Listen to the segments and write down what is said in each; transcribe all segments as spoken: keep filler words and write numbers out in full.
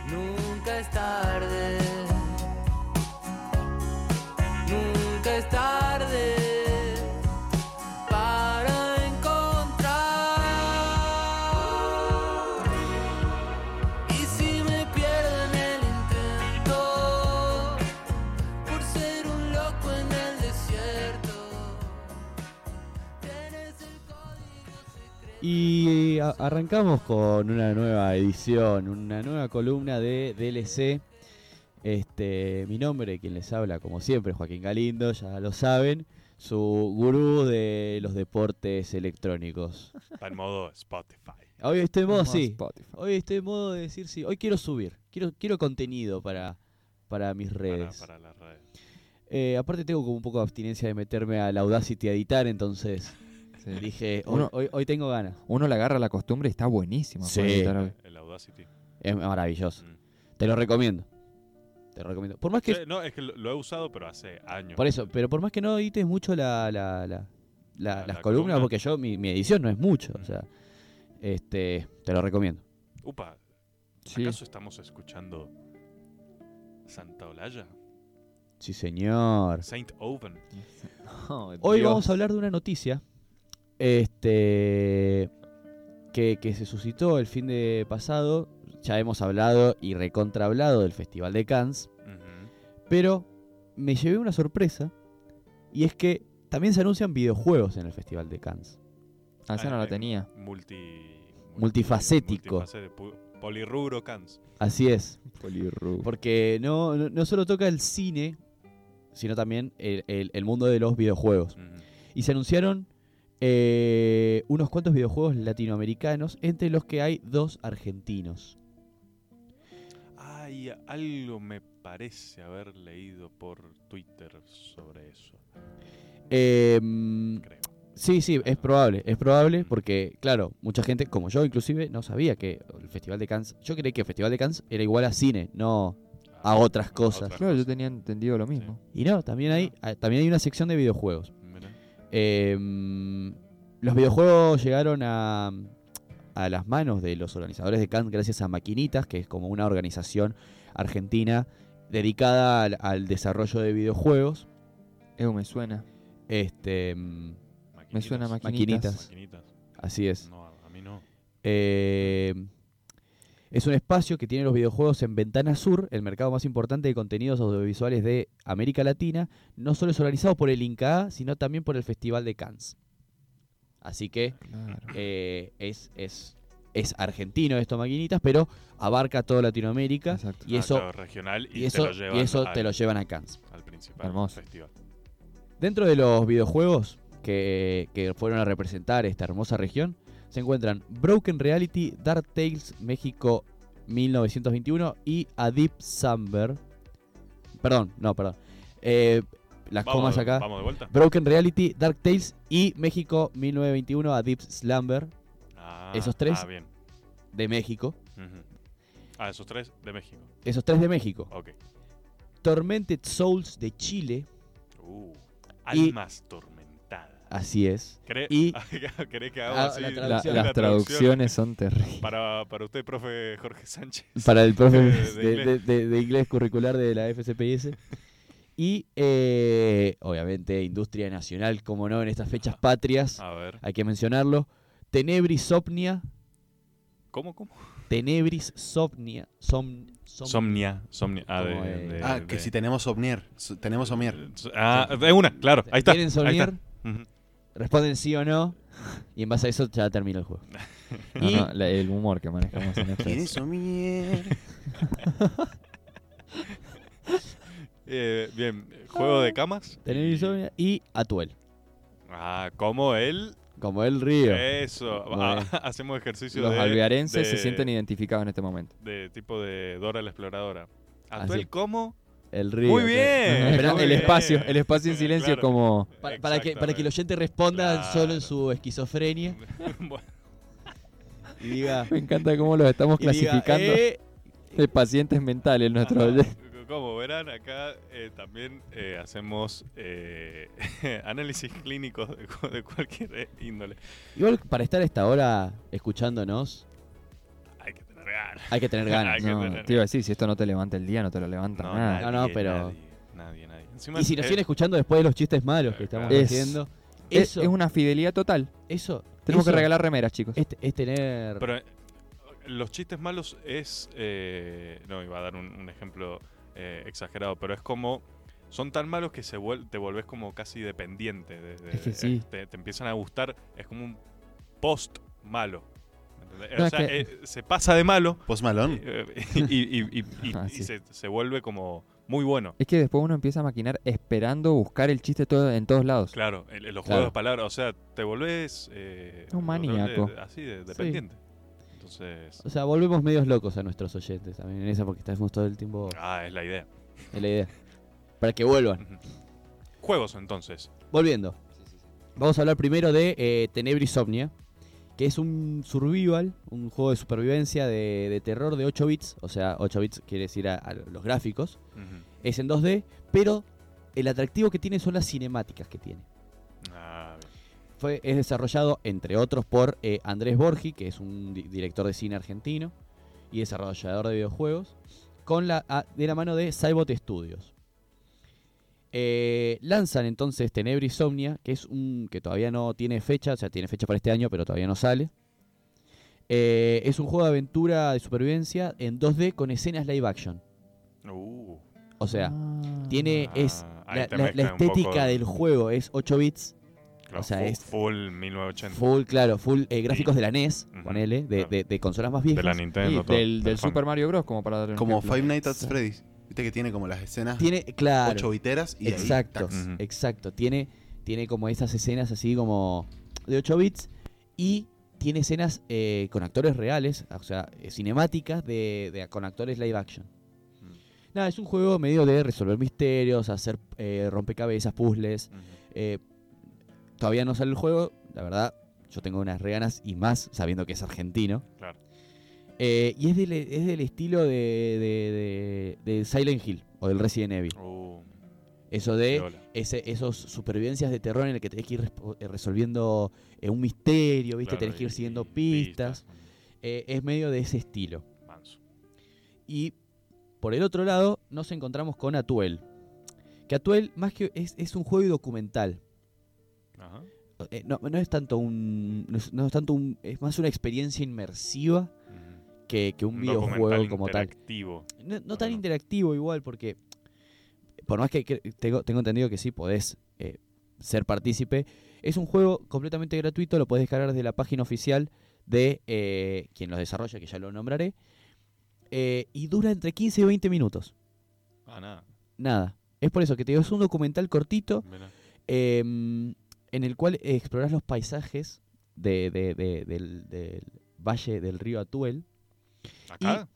Nunca es tarde. Nunca es tarde para encontrar. Y si me pierdo en el intento, por ser un loco en el desierto, tienes el código secreto. Y a- arrancamos con una nueva edición, una nueva columna de D L C. Este, mi nombre, quien les habla, como siempre, Joaquín Galindo, ya lo saben, su gurú de los deportes electrónicos. Está en modo Spotify. Hoy estoy en modo Como sí. Spotify. Hoy estoy en modo de decir sí. Hoy quiero subir, quiero, quiero contenido para, para mis Para, redes. para las redes. Eh, aparte tengo como un poco de abstinencia de meterme a la Audacity a editar, entonces Sí. dije, hoy, Uno- hoy, hoy tengo ganas. Uno le agarra la costumbre y está buenísimo. Sí. para editar hoy. El Audacity. Es maravilloso. Mm. Te lo recomiendo. Te lo recomiendo. Por más que Sí, no, es que lo, lo he usado, pero hace años. Por eso, pero por más que no edites mucho la, la, la, la- La- las la columnas, columna. porque yo, mi, mi edición no es mucho, o sea, este, te lo recomiendo. Upa, Sí. ¿acaso estamos escuchando Santa Olalla? Sí, señor. Saint Oven. Oh, Hoy Dios. vamos a hablar de una noticia, este, que, que se suscitó el fin de pasado. Ya hemos hablado y recontra hablado del Festival de Cannes, Ujú. pero me llevé una sorpresa, y es que también se anuncian videojuegos en el Festival de Cannes. Ah, esa no Ah, la eh, tenía. Multi, multi- Multifacético. multifacético, pu- Polirrubro Cans. Así es. Polirru. Porque no, no, no solo toca el cine, sino también el, el- el mundo de los videojuegos. Ujú. Y se anunciaron eh, unos cuantos videojuegos latinoamericanos, entre los que hay dos argentinos. Ay, algo me parece haber leído por Twitter sobre eso, Eh, creo. sí, sí, es probable, es probable porque, claro, mucha gente, como yo inclusive, no sabía que el Festival de Cannes, yo creí que el Festival de Cannes era igual a cine, no a otras cosas. otras Claro, yo cosas. tenía entendido lo mismo. Y no, también hay, ah, también hay una sección de videojuegos. Mira. Eh, los videojuegos llegaron a, a las manos de los organizadores de Cannes gracias a Maquinitas, que es como una organización argentina dedicada al, al desarrollo de videojuegos. Ew, me suena. Este, mm, Me suena Maquinitas. maquinitas. Maquinitas. así es. No, a mí no. Eh, es un espacio que tiene los videojuegos en Ventana Sur, el mercado más importante de contenidos audiovisuales de América Latina. No solo es organizado por el INCAA, sino también por el Festival de Cannes. Así que Claro. eh, es, es, es argentino esto, Maquinitas, pero abarca toda Latinoamérica. Exacto. Y Ah, eso, claro, regional y, y eso, te lo llevan, y eso al, te lo llevan a Cannes. al principal Hermoso. festival. Dentro de los videojuegos que, que fueron a representar esta hermosa región, se encuentran Broken Reality, Dark Tales México mil novecientos veintiuno y A Deep Slumber. Perdón, no, perdón. Eh, las Vamos, comas de- acá. Vamos de vuelta. Broken Reality, Dark Tales y México mil novecientos veintiuno, A Deep Slumber Ah, esos tres. Ah, bien. de México. Ujú. Ah, esos tres de México. Esos tres de México. Ok. Tormented Souls de Chile. Uh, Y- almas tormentadas. Así es. ¿Cree, y- ¿Cree que hago Ah, así? la La- traducción. las la traducciones son terribles. Para, para usted, profe Jorge Sánchez. Para el profe De- de, de de- de- de inglés curricular de la F C P S. Y eh, obviamente Industria Nacional, como no, en estas fechas patrias, A ver. hay que mencionarlo. Tenebris Somnia. ¿Cómo, cómo? Tenebris Somnia. Som, som- Somnia. Somnia. Ah, de, Como, eh, de- Ah, de- que si tenemos Somnier. su- Tenemos Somnier. Ah, de una, claro. Ahí está. ¿Quieren ahí Somnier? está. Ujú. Responden sí o no. Y en base a eso ya termina el juego. No, Y- no, la- el humor que manejamos en esto. ¿Tienes Somnier? Eh, bien, juego de camas. Tenebris Somnia y Atuel. Ah, como él. Como el río. Eso. Muy Ah, bien. hacemos ejercicio Los de. alvearenses de- se sienten identificados en este momento. De tipo de Dora la exploradora. Así. ¿Atuel cómo? El río. Muy claro. bien. Espera, muy el bien. espacio, el espacio en silencio Claro. como... Para, para que, para que el oyente responda solo en su esquizofrenia Bueno, y diga. Me encanta cómo los estamos y diga, clasificando eh, de pacientes mentales nuestros ajá. oyentes. Como verán, acá eh, también eh, hacemos eh, análisis clínicos de, cu- de cualquier índole. Igual para estar a esta hora escuchándonos, Hay que tener ganas. Hay que tener ganas. Hay que No, tener- te iba a decir, si esto no te levanta el día, no te lo levanta No, nada. No, no, pero- Nadie, nadie, nadie. Encima Y si es- nos eh, siguen escuchando después de los chistes malos que estamos Es- haciendo, Es, eso, es una fidelidad total. eso, Tenemos eso que regalar remeras, chicos. es, es tener... Pero eh, los chistes malos es. eh, no, iba a dar un, un ejemplo eh, exagerado, pero es como. Son tan malos que se vuel- te volvés como casi dependiente. De, de- Es que sí. te, te empiezan a gustar. Es como un post malo. ¿me entendés? No, o es sea, que- eh, se pasa de malo Post Malone. eh, y, y- y- y- y- Ah, y sí. se, se vuelve como muy bueno. Es que después uno empieza a maquinar esperando buscar el chiste todo, en todos lados. Claro, en, en los Claro. juegos de palabras. O sea, te volvés. Eh, Un te maníaco. volvés así, de, dependiente. Entonces. O sea, volvemos medios locos a nuestros oyentes también en esa porque estamos todo el tiempo Ah, es la idea. en la idea. Para que vuelvan. Ujú. Juegos entonces. Volviendo. Vamos a hablar primero de eh, Tenebris Omnia, que es un survival, un juego de supervivencia de, de terror de ocho bits. O sea, ocho bits quiere decir a, a los gráficos. Ujú. Es en dos D, pero el atractivo que tiene son las cinemáticas que tiene. Ah, bien. Fue, es desarrollado, entre otros, por eh, Andrés Borgi, que es un di- director de cine argentino y desarrollador de videojuegos, con la, a- de la mano de Cybot Studios. Eh, lanzan entonces Tenebris Omnia, que es un que todavía no tiene fecha, o sea, tiene fecha para este año, pero todavía no sale. Eh, es un juego de aventura de supervivencia en dos D con escenas live action. Uh, O sea, Ah. tiene es Ah, ahí la, te la- la mezclan un poco estética de- del juego es ocho bits. claro, o sea, full, es full mil novecientos ochenta. Full, claro, full eh, gráficos Sí. de la N E S, Ujú, ponele, de, claro. de- de consolas más de viejas. la Sí, Nintendo. todo, del, del fan. Super Mario Bros. Como para dar un Como ejemplo. Five Nights at Sí. Freddy's. Viste que tiene como las escenas Tiene, claro, ocho biteras y exacto, ahí, tax. Ujú. exacto. Tiene, tiene como esas escenas así como de ocho bits y tiene escenas eh, con actores reales, o sea, eh, cinemáticas de, de- con actores live action. Mm. Nada, es un juego medio de resolver misterios, hacer eh, rompecabezas, puzzles. Ujú. Eh, todavía no sale el juego, la verdad, yo tengo unas re ganas y más sabiendo que es argentino. Claro. Eh, y es del, es del estilo de, de, de- de Silent Hill o del Resident Evil. Uh, Eso de piola. ese, esos supervivencias de terror en el que tenés que ir respo- eh, resolviendo eh, un misterio, ¿viste? Claro, tenés que ir y- siguiendo y pistas. Eh, es medio de ese estilo. Manso. Y por el otro lado nos encontramos con Atuel. Que Atuel más que es, es un juego documental. Ajá. Eh, no, no es tanto un. No es, no es tanto un. Es más una experiencia inmersiva Ujú. que, que un, documental videojuego como tal. interactivo. No, no No, tan no. interactivo igual, porque por más que, que tengo, tengo entendido que sí podés eh, ser partícipe, es un juego completamente gratuito, lo podés descargar desde la página oficial de eh, quien lo desarrolla, que ya lo nombraré, eh, y dura entre quince y veinte minutos. Ah, nada. Nada. Es por eso que te digo, es un documental cortito Mirá. eh, en el cual explorás los paisajes de, de- de- del, del valle del río Atuel. ¿Acá?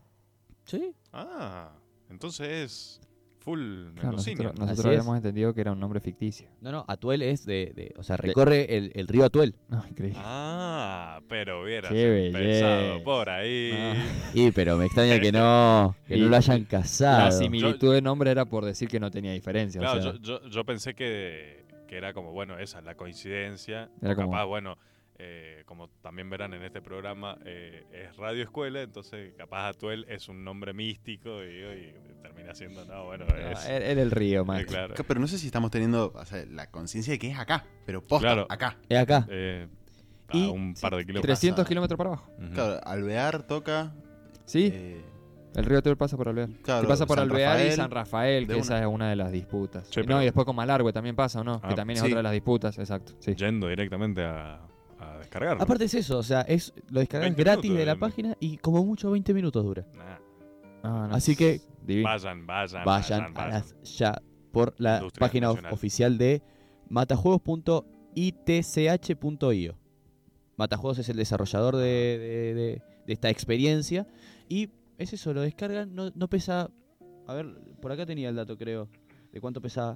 ¿Sí? Ah, entonces es full Claro, mendocino. nosotros nosotros Así habíamos es. entendido que era un nombre ficticio. No, no, Atuel es de... de- o sea, recorre el, el río Atuel. No, increíble. Ah, pero hubieras Qué empezado belleza. por ahí. Ah. Y pero me extraña que no, que no Y lo hayan La casado. similitud de nombre era por decir que no tenía diferencia. o Claro, sea, yo, yo, yo pensé que, que era como, bueno, esa, la coincidencia. Era o como- capaz, bueno, eh, como también verán en este programa, eh, es Radio Escuela, entonces capaz Atuel es un nombre místico y, y termina siendo, no, bueno, no, es... era, era el río, eh, más. claro. Acá, pero no sé si estamos teniendo o sea, la conciencia de que es acá, pero posta, Claro. acá. Es acá. Eh, a Y- un par de kilómetros. trescientos pasa? kilómetros para abajo. Ujú. Claro, Alvear toca. Sí, eh, el río Atuel pasa por Alvear. claro, Que pasa por San Alvear y Rafael, San Rafael, de que esa una. es una de las disputas. Sí, Y no, pero- y después con Malargüe también pasa, ¿o no? Ah, que también es sí. otra de las disputas, exacto. Sí. Yendo directamente a, a descargarlo. Aparte es eso, o sea, es lo descargas veinte gratis minutos, de la eh. página y como mucho veinte minutos dura. Nah, Ah, no, Así que divino. vayan, vayan, vayan vayan, a vayan. las- ya por la Industria página of- nacional. oficial de matajuegos punto i t c h punto i o. Matajuegos es el desarrollador de, de- de- de esta experiencia y es eso, lo descargan, no, no pesa, a ver, por acá tenía el dato creo, de cuánto pesaba,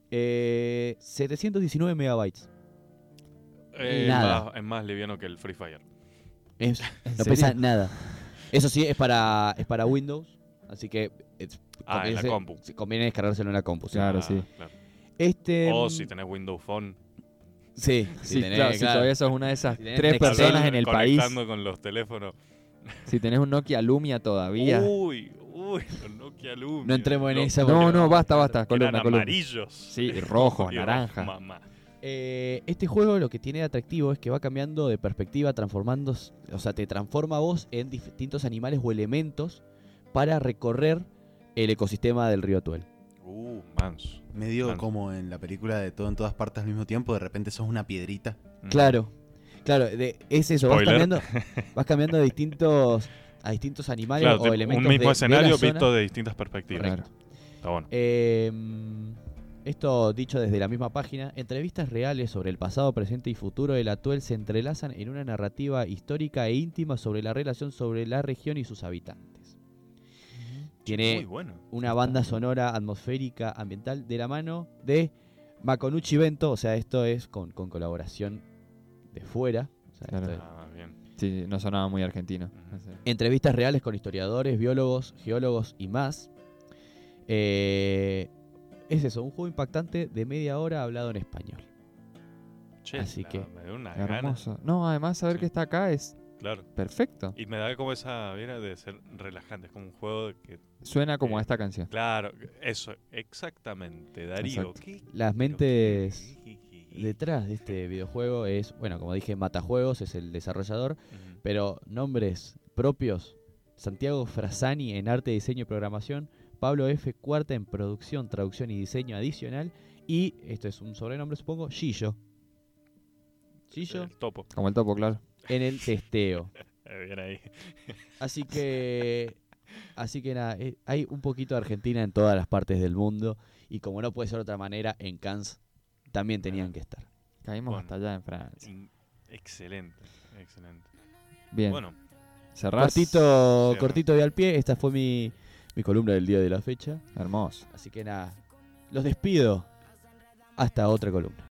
eh, setecientos diecinueve megabytes. Eh, Nada. más- es más liviano que el Free Fire. Es- ¿En no serio? pesa nada. Eso sí, es para, es para Windows, así que es- Ah, en la conviene- compu. sí, conviene descargárselo en la compu. sí. Claro, Ah, sí. claro. Este, O mm, si tenés Windows Phone. sí, Sí, tenés, claro, si claro. todavía sos una de esas Si tenés tres Nextel, personas en el país. Conectando con los teléfonos. Si tenés un Nokia Lumia todavía. Uy, uy, los Nokia Lumia. No entremos en Los- esa no, porque- no, basta, basta. eran Columna, columna. amarillos. Sí, rojos, Dios, naranja. mamá. Eh, este juego lo que tiene de atractivo es que va cambiando de perspectiva, transformando, o sea, te transforma a vos en distintos animales o elementos para recorrer el ecosistema del río Tuel. Uh, manso. Medio Claro. como en la película de Todo en todas partes al mismo tiempo, de repente sos una piedrita. Mm. Claro, claro, de- es eso, vas Spoiler. cambiando, vas cambiando de distintos, a distintos animales Claro, o te- elementos un mismo de- de la escenario zona. visto de distintas perspectivas. Correcto. Está bueno. Eh, esto dicho desde la misma página, entrevistas reales sobre el pasado, presente y futuro del Atuel se entrelazan en una narrativa histórica e íntima sobre la relación sobre la región y sus habitantes. Tiene Muy bueno. una banda sonora atmosférica ambiental de la mano de Makonuchi Bento, o sea, esto es con, con colaboración de fuera. O sea, Claro. esto es- Ah, bien. Sí, no sonaba muy argentino. Ujú. No sé. entrevistas reales con historiadores, biólogos, geólogos y más. Eh, es eso, un juego impactante de media hora hablado en español. Che, Así la- que, me dio una gana. Hermoso. No, además saber Sí. que está acá es Claro. perfecto. Y me da como esa vibra de ser relajante. Es como un juego que. Suena como Eh, esta canción. Claro, eso, exactamente. Darío. Exacto. ¿qué- Las pero mentes qué- qué- qué- detrás de este videojuego es, bueno, como dije, Matajuegos es el desarrollador, Ujú. pero nombres propios: Santiago Frasani en arte, diseño y programación, Pablo F. Cuarta en producción, traducción y diseño adicional, y, esto es un sobrenombre supongo, Gillo. Gillo El topo. Como el topo, claro. en el testeo. Eh, bien ahí. Así que, así que nada, eh, hay un poquito de Argentina en todas las partes del mundo, y como no puede ser de otra manera, en Cannes también tenían que estar. Caímos Bueno. hasta allá en Francia. In- Excelente, excelente. Bien. Bueno, Cerrás. Cortito, Cierra. cortito de al pie, esta fue mi, mi columna del día de la fecha. Hermoso. Así que nada, los despido. Hasta otra columna.